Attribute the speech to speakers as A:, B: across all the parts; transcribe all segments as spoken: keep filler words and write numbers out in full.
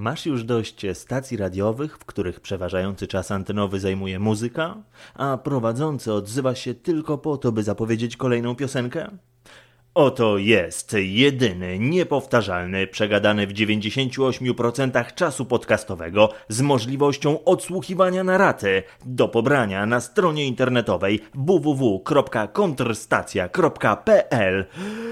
A: Masz już dość stacji radiowych, w których przeważający czas antenowy zajmuje muzyka, a prowadzący odzywa się tylko po to, by zapowiedzieć kolejną piosenkę? Oto jest jedyny, niepowtarzalny, przegadany w dziewięćdziesięciu ośmiu procentach czasu podcastowego z możliwością odsłuchiwania na raty do pobrania na stronie internetowej w w w kropka kontrstacja kropka p l.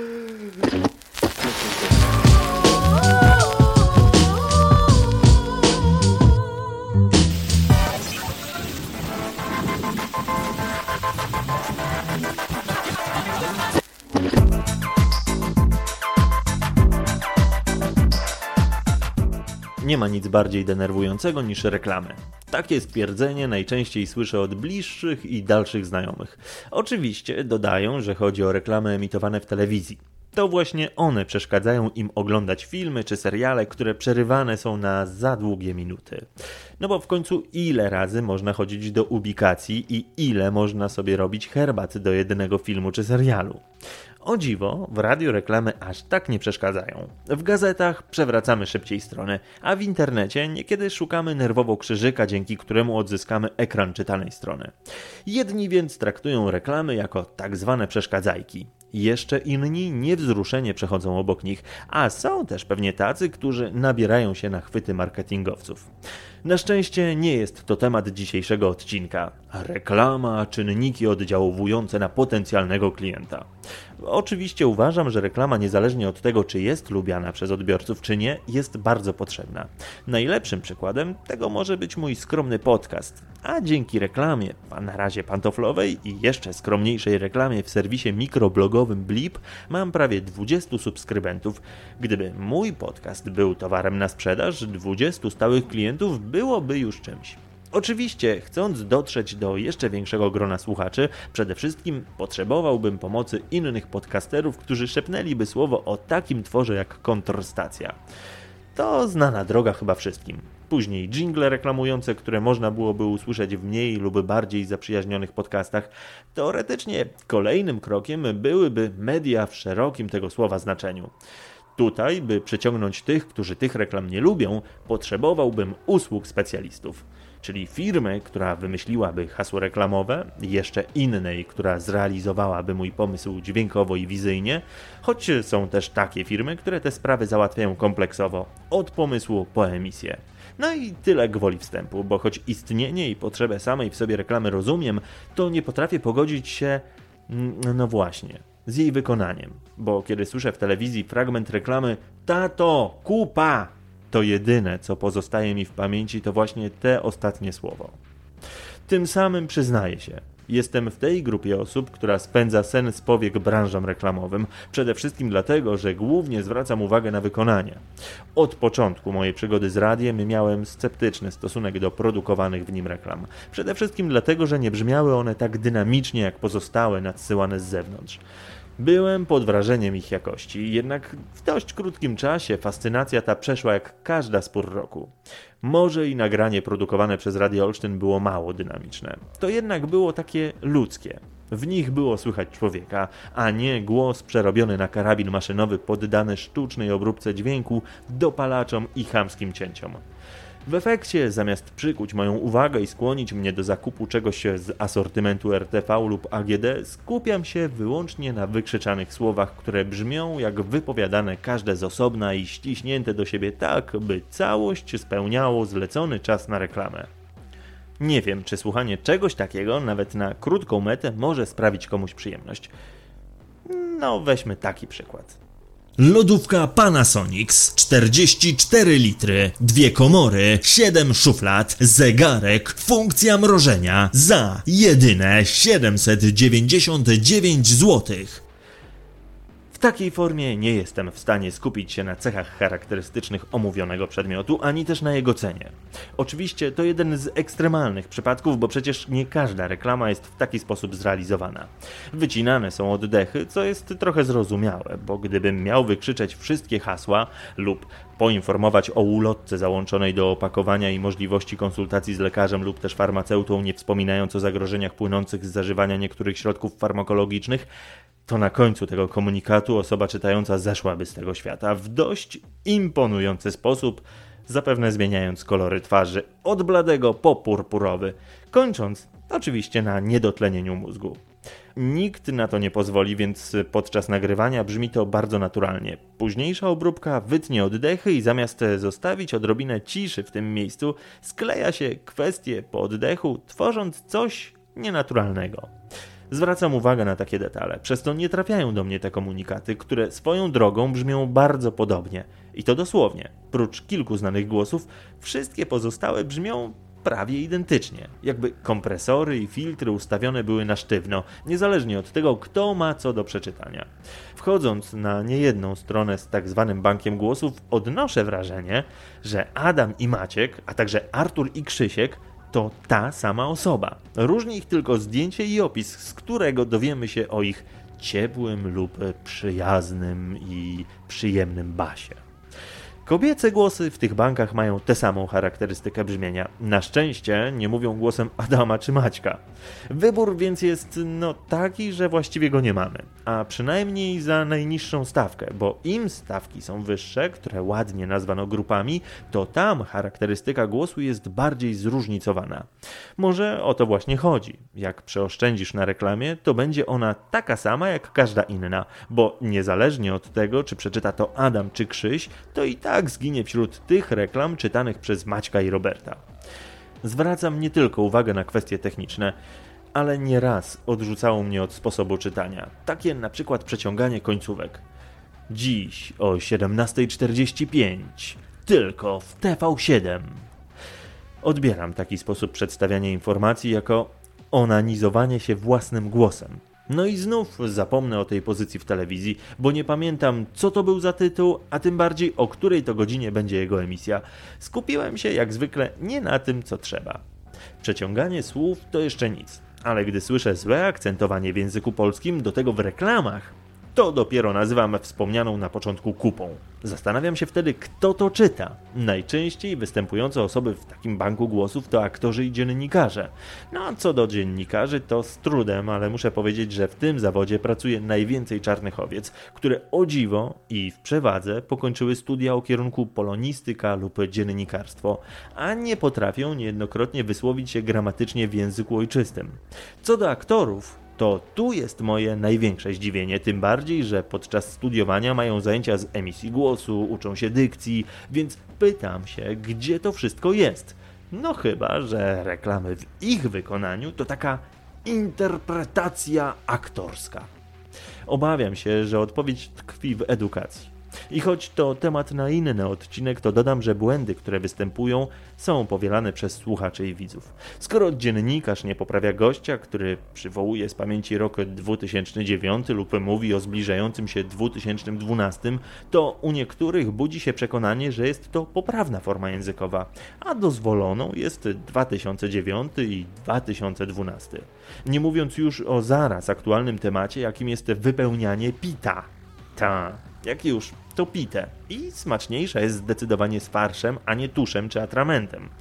A: Nie ma nic bardziej denerwującego niż reklamy. Takie stwierdzenie najczęściej słyszę od bliższych i dalszych znajomych. Oczywiście dodają, że chodzi o reklamy emitowane w telewizji. To właśnie one przeszkadzają im oglądać filmy czy seriale, które przerywane są na za długie minuty. No bo w końcu ile razy można chodzić do ubikacji i ile można sobie robić herbat do jednego filmu czy serialu. O dziwo, w radiu reklamy aż tak nie przeszkadzają. W gazetach przewracamy szybciej strony, a w internecie niekiedy szukamy nerwowo krzyżyka, dzięki któremu odzyskamy ekran czytanej strony. Jedni więc traktują reklamy jako tak zwane przeszkadzajki. Jeszcze inni niewzruszenie przechodzą obok nich, a są też pewnie tacy, którzy nabierają się na chwyty marketingowców. Na szczęście nie jest to temat dzisiejszego odcinka. Reklama, czynniki oddziałujące na potencjalnego klienta. Oczywiście uważam, że reklama niezależnie od tego, czy jest lubiana przez odbiorców, czy nie, jest bardzo potrzebna. Najlepszym przykładem tego może być mój skromny podcast. A dzięki reklamie, a na razie pantoflowej i jeszcze skromniejszej reklamie w serwisie mikroblogowym Blip mam prawie dwudziestu subskrybentów. Gdyby mój podcast był towarem na sprzedaż, dwudziestu stałych klientów byłoby już czymś. Oczywiście, chcąc dotrzeć do jeszcze większego grona słuchaczy, przede wszystkim potrzebowałbym pomocy innych podcasterów, którzy szepnęliby słowo o takim tworze jak Kontrstacja. To znana droga chyba wszystkim. Później dżingle reklamujące, które można byłoby usłyszeć w mniej lub bardziej zaprzyjaźnionych podcastach. Teoretycznie kolejnym krokiem byłyby media w szerokim tego słowa znaczeniu. Tutaj, by przyciągnąć tych, którzy tych reklam nie lubią, potrzebowałbym usług specjalistów. Czyli firmy, która wymyśliłaby hasło reklamowe, jeszcze innej, która zrealizowałaby mój pomysł dźwiękowo i wizyjnie, choć są też takie firmy, które te sprawy załatwiają kompleksowo, od pomysłu po emisję. No i tyle gwoli wstępu, bo choć istnienie i potrzebę samej w sobie reklamy rozumiem, to nie potrafię pogodzić się, no właśnie, z jej wykonaniem. Bo kiedy słyszę w telewizji fragment reklamy „Tato, kupa”, to jedyne, co pozostaje mi w pamięci, to właśnie te ostatnie słowo. Tym samym przyznaję się, jestem w tej grupie osób, która spędza sen z powiek branżom reklamowym, przede wszystkim dlatego, że głównie zwracam uwagę na wykonanie. Od początku mojej przygody z radiem miałem sceptyczny stosunek do produkowanych w nim reklam. Przede wszystkim dlatego, że nie brzmiały one tak dynamicznie jak pozostałe nadsyłane z zewnątrz. Byłem pod wrażeniem ich jakości, jednak w dość krótkim czasie fascynacja ta przeszła jak każda z pór roku. Może i nagranie produkowane przez Radio Olsztyn było mało dynamiczne. To jednak było takie ludzkie. W nich było słychać człowieka, a nie głos przerobiony na karabin maszynowy poddany sztucznej obróbce dźwięku, dopalaczom i chamskim cięciom. W efekcie, zamiast przykuć moją uwagę i skłonić mnie do zakupu czegoś z asortymentu R T V lub A G D, skupiam się wyłącznie na wykrzyczanych słowach, które brzmią jak wypowiadane każde z osobna i ściśnięte do siebie tak, by całość spełniało zlecony czas na reklamę. Nie wiem, czy słuchanie czegoś takiego, nawet na krótką metę, może sprawić komuś przyjemność. No, weźmy taki przykład.
B: Lodówka Panasonic, czterdzieści cztery litry, dwie komory, siedem szuflad, zegarek, funkcja mrożenia za jedyne siedemset dziewięćdziesiąt dziewięć złotych.
A: W takiej formie nie jestem w stanie skupić się na cechach charakterystycznych omówionego przedmiotu, ani też na jego cenie. Oczywiście to jeden z ekstremalnych przypadków, bo przecież nie każda reklama jest w taki sposób zrealizowana. Wycinane są oddechy, co jest trochę zrozumiałe, bo gdybym miał wykrzyczeć wszystkie hasła lub poinformować o ulotce załączonej do opakowania i możliwości konsultacji z lekarzem lub też farmaceutą, nie wspominając o zagrożeniach płynących z zażywania niektórych środków farmakologicznych, to na końcu tego komunikatu osoba czytająca zeszłaby z tego świata w dość imponujący sposób, zapewne zmieniając kolory twarzy od bladego po purpurowy, kończąc oczywiście na niedotlenieniu mózgu. Nikt na to nie pozwoli, więc podczas nagrywania brzmi to bardzo naturalnie. Późniejsza obróbka wytnie oddechy i zamiast zostawić odrobinę ciszy w tym miejscu, skleja się kwestie po oddechu, tworząc coś nienaturalnego. Zwracam uwagę na takie detale, przez to nie trafiają do mnie te komunikaty, które swoją drogą brzmią bardzo podobnie. I to dosłownie. Prócz kilku znanych głosów, wszystkie pozostałe brzmią prawie identycznie. Jakby kompresory i filtry ustawione były na sztywno, niezależnie od tego, kto ma co do przeczytania. Wchodząc na niejedną stronę z tak zwanym bankiem głosów, odnoszę wrażenie, że Adam i Maciek, a także Artur i Krzysiek to ta sama osoba. Różni ich tylko zdjęcie i opis, z którego dowiemy się o ich ciepłym lub przyjaznym i przyjemnym basie. Kobiece głosy w tych bankach mają tę samą charakterystykę brzmienia. Na szczęście nie mówią głosem Adama czy Maćka. Wybór więc jest no taki, że właściwie go nie mamy. A przynajmniej za najniższą stawkę, bo im stawki są wyższe, które ładnie nazwano grupami, to tam charakterystyka głosu jest bardziej zróżnicowana. Może o to właśnie chodzi. Jak przeoszczędzisz na reklamie, to będzie ona taka sama jak każda inna, bo niezależnie od tego, czy przeczyta to Adam czy Krzyś, to i tak zginie wśród tych reklam czytanych przez Maćka i Roberta. Zwracam nie tylko uwagę na kwestie techniczne, ale nieraz odrzucało mnie od sposobu czytania. Takie na przykład przeciąganie końcówek. Dziś o siedemnasta czterdzieści pięć, tylko w T V siedem. Odbieram taki sposób przedstawiania informacji jako onanizowanie się własnym głosem. No i znów zapomnę o tej pozycji w telewizji, bo nie pamiętam, co to był za tytuł, a tym bardziej o której to godzinie będzie jego emisja. Skupiłem się jak zwykle nie na tym, co trzeba. Przeciąganie słów to jeszcze nic, ale gdy słyszę złe akcentowanie w języku polskim, do tego w reklamach, to dopiero nazywam wspomnianą na początku kupą. Zastanawiam się wtedy, kto to czyta. Najczęściej występujące osoby w takim banku głosów to aktorzy i dziennikarze. No a co do dziennikarzy, to z trudem, ale muszę powiedzieć, że w tym zawodzie pracuje najwięcej czarnych owiec, które o dziwo i w przewadze pokończyły studia o kierunku polonistyka lub dziennikarstwo, a nie potrafią niejednokrotnie wysłowić się gramatycznie w języku ojczystym. Co do aktorów, to tu jest moje największe zdziwienie, tym bardziej, że podczas studiowania mają zajęcia z emisji głosu, uczą się dykcji, więc pytam się, gdzie to wszystko jest. No chyba, że reklamy w ich wykonaniu to taka interpretacja aktorska. Obawiam się, że odpowiedź tkwi w edukacji. I choć to temat na inny odcinek, to dodam, że błędy, które występują, są powielane przez słuchaczy i widzów. Skoro dziennikarz nie poprawia gościa, który przywołuje z pamięci rok dwa tysiące dziewiąty lub mówi o zbliżającym się dwa tysiące dwunastym, to u niektórych budzi się przekonanie, że jest to poprawna forma językowa, a dozwoloną jest dwa tysiące dziewiąty i dwa tysiące dwunasty. Nie mówiąc już o zaraz aktualnym temacie, jakim jest wypełnianie pita. Ta, jak już, to pite. I smaczniejsza jest zdecydowanie z farszem, a nie tuszem czy atramentem.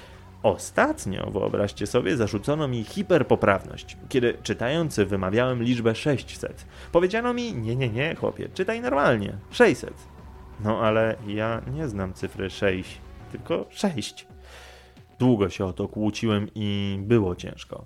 A: Ostatnio, wyobraźcie sobie, zarzucono mi hiperpoprawność. Kiedy czytając wymawiałem liczbę sześćset. Powiedziano mi, nie, nie, nie, chłopie, czytaj normalnie, sześćset. No ale ja nie znam cyfry sześć, tylko sześć. Długo się o to kłóciłem i było ciężko.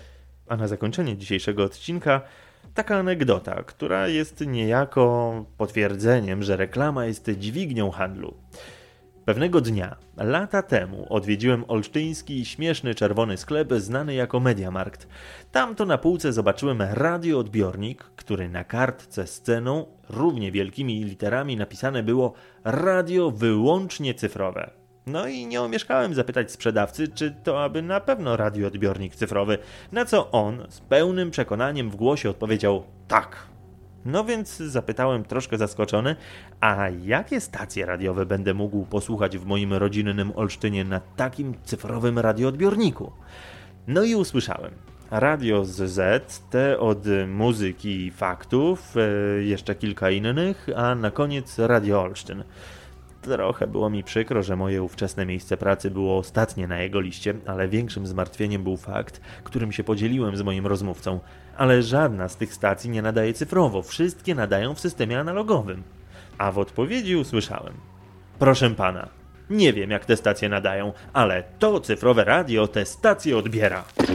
A: A na zakończenie dzisiejszego odcinka taka anegdota, która jest niejako potwierdzeniem, że reklama jest dźwignią handlu. Pewnego dnia, lata temu, odwiedziłem olsztyński, śmieszny czerwony sklep znany jako Mediamarkt. Tam to na półce zobaczyłem radioodbiornik, który na kartce z ceną, równie wielkimi literami napisane było radio wyłącznie cyfrowe. No i nie omieszkałem zapytać sprzedawcy, czy to aby na pewno radioodbiornik cyfrowy, na co on z pełnym przekonaniem w głosie odpowiedział tak. No więc zapytałem troszkę zaskoczony, a jakie stacje radiowe będę mógł posłuchać w moim rodzinnym Olsztynie na takim cyfrowym radioodbiorniku? No i usłyszałem. Radio z Z, te od muzyki i faktów, jeszcze kilka innych, a na koniec Radio Olsztyn. Trochę było mi przykro, że moje ówczesne miejsce pracy było ostatnie na jego liście, ale większym zmartwieniem był fakt, którym się podzieliłem z moim rozmówcą. Ale żadna z tych stacji nie nadaje cyfrowo, wszystkie nadają w systemie analogowym. A w odpowiedzi usłyszałem: proszę pana, Nie wiem, jak te stacje nadają, ale to cyfrowe radio te stacje odbiera.